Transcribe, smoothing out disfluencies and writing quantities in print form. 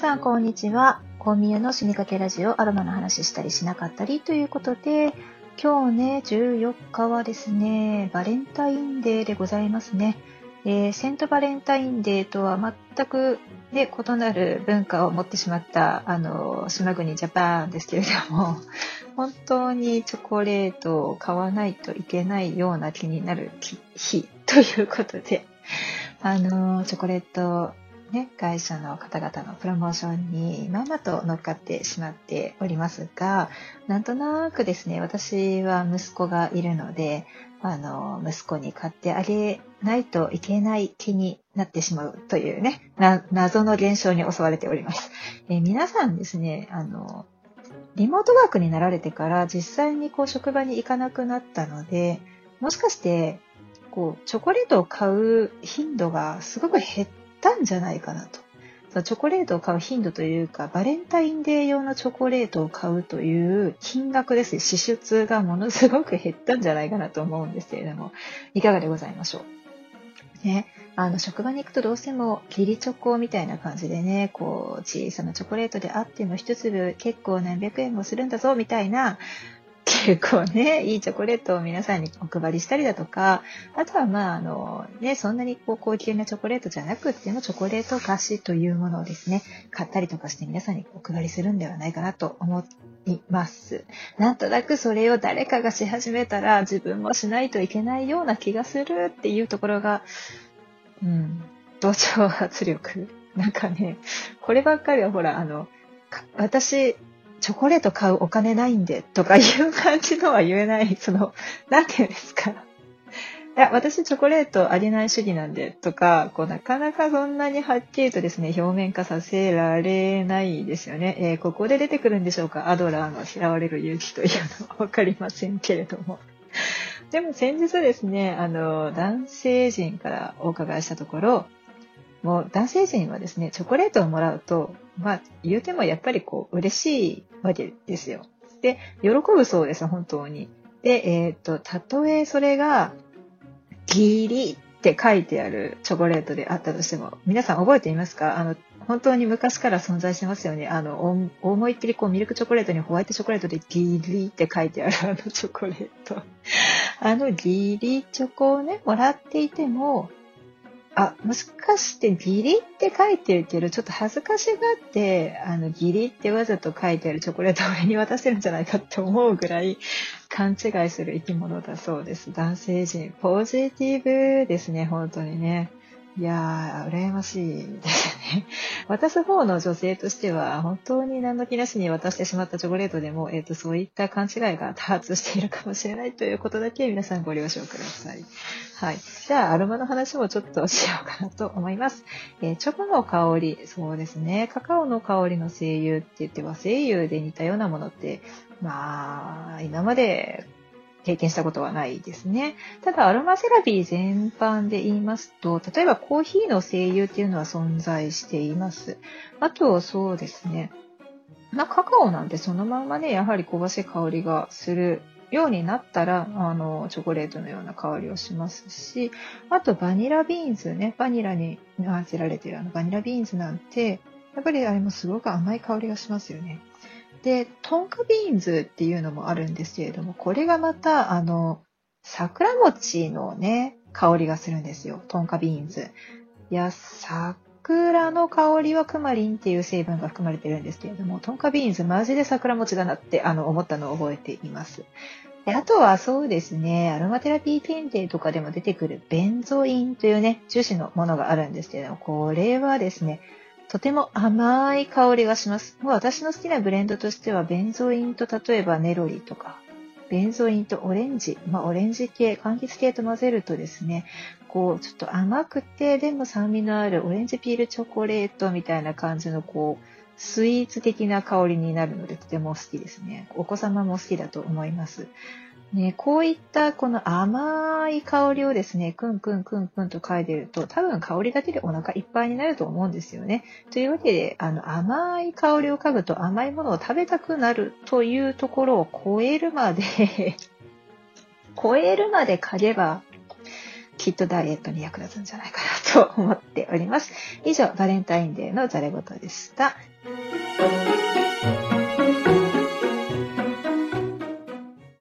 さんこんにちは。コンミユの死にかけラジオ、アロマの話したりしなかったりということで、今日ね14日はですねバレンタインデーでございますね。セントバレンタインデーとは全くで異なる文化を持ってしまった島国ジャパンですけれども、本当にチョコレートを買わないといけないような気になる日ということで、チョコレート会社の方々のプロモーションにまんまと乗っかってしまっておりますが、なんとなくですね、私は息子がいるので、息子に買ってあげないといけない気になってしまうというね、謎の現象に襲われております。皆さんですね、リモートワークになられてから実際に職場に行かなくなったので、もしかしてチョコレートを買う頻度がすごく減ったんじゃないかなと。チョコレートを買う頻度というか、バレンタインデー用のチョコレートを買うという金額ですね、支出がものすごく減ったんじゃないかなと思うんですけれども、いかがでございましょう。ね、職場に行くとどうしても義理チョコみたいな感じでね、小さなチョコレートであっても一粒結構何百円もするんだぞみたいな、結構ね、いいチョコレートを皆さんにお配りしたりだとか、あとはそんなに高級なチョコレートじゃなくってもチョコレート菓子というものをですね、買ったりとかして皆さんにお配りするんではないかなと思います。なんとなくそれを誰かがし始めたら自分もしないといけないような気がするっていうところが、同調圧力。なんかね、こればっかりはほら、私、チョコレート買うお金ないんでとかいう感じのは言えない、なんていうんですか。いや、私チョコレートありない主義なんでとか、なかなかそんなにはっきりとですね、表面化させられないですよね。ここで出てくるんでしょうか。アドラーの嫌われる勇気というのはわかりませんけれども。でも先日ですね、男性陣からお伺いしたところ、もう男性陣はですね、チョコレートをもらうと、言うてもやっぱり嬉しいわけですよ。で、喜ぶそうです、本当に。で、たとえそれが、ギリって書いてあるチョコレートであったとしても、皆さん覚えていますか？本当に昔から存在してますよね。思いっきりミルクチョコレートにホワイトチョコレートでギリって書いてあるチョコレート。ギリチョコをね、もらっていても、もしかしてギリって書いてるけど、ちょっと恥ずかしがって、ギリってわざと書いてあるチョコレートを上に渡してるんじゃないかって思うぐらい勘違いする生き物だそうです。男性陣。ポジティブですね、本当にね。いやー、羨ましいですね。渡す方の女性としては、本当に何の気なしに渡してしまったチョコレートでも、そういった勘違いが多発しているかもしれないということだけ皆さんご了承ください。はい。じゃあ、アロマの話もちょっとしようかなと思います。チョコの香り、そうですね。カカオの香りの精油って言っては、精油で似たようなものって、今まで経験したことはないですね。ただ、アロマセラピー全般で言いますと、例えばコーヒーの精油っていうのは存在しています。あと、そうですね。カカオなんてそのままね、やはり香ばしい香りがするようになったら、チョコレートのような香りをしますし、あとバニラビーンズね、バニラに混ぜられているバニラビーンズなんて、やっぱりあれもすごく甘い香りがしますよね。で、トンカビーンズっていうのもあるんですけれども、これがまた、桜餅のね、香りがするんですよ。トンカビーンズ。いや、桜の香りはクマリンっていう成分が含まれてるんですけれども、トンカビーンズマジで桜餅だなって思ったのを覚えています。で、あとはそうですね、アロマテラピー検定とかでも出てくるベンゾインというね、樹脂のものがあるんですけれども、これはですね、とても甘い香りがします。もう私の好きなブレンドとしては、ベンゾインと例えばネロリとか、ベンゾインとオレンジ、オレンジ系、柑橘系と混ぜるとですね、ちょっと甘くて、でも酸味のあるオレンジピールチョコレートみたいな感じのスイーツ的な香りになるのでとても好きですね。お子様も好きだと思います。ね、こういったこの甘い香りをですね、クンクンクンクンと嗅いでると、多分香りだけでお腹いっぱいになると思うんですよね。というわけで、甘い香りを嗅ぐと甘いものを食べたくなるというところを超えるまで超えるまで嗅げば、 きっとダイエットに役立つんじゃないかなと思っております。以上、バレンタインデーのざれ言でした。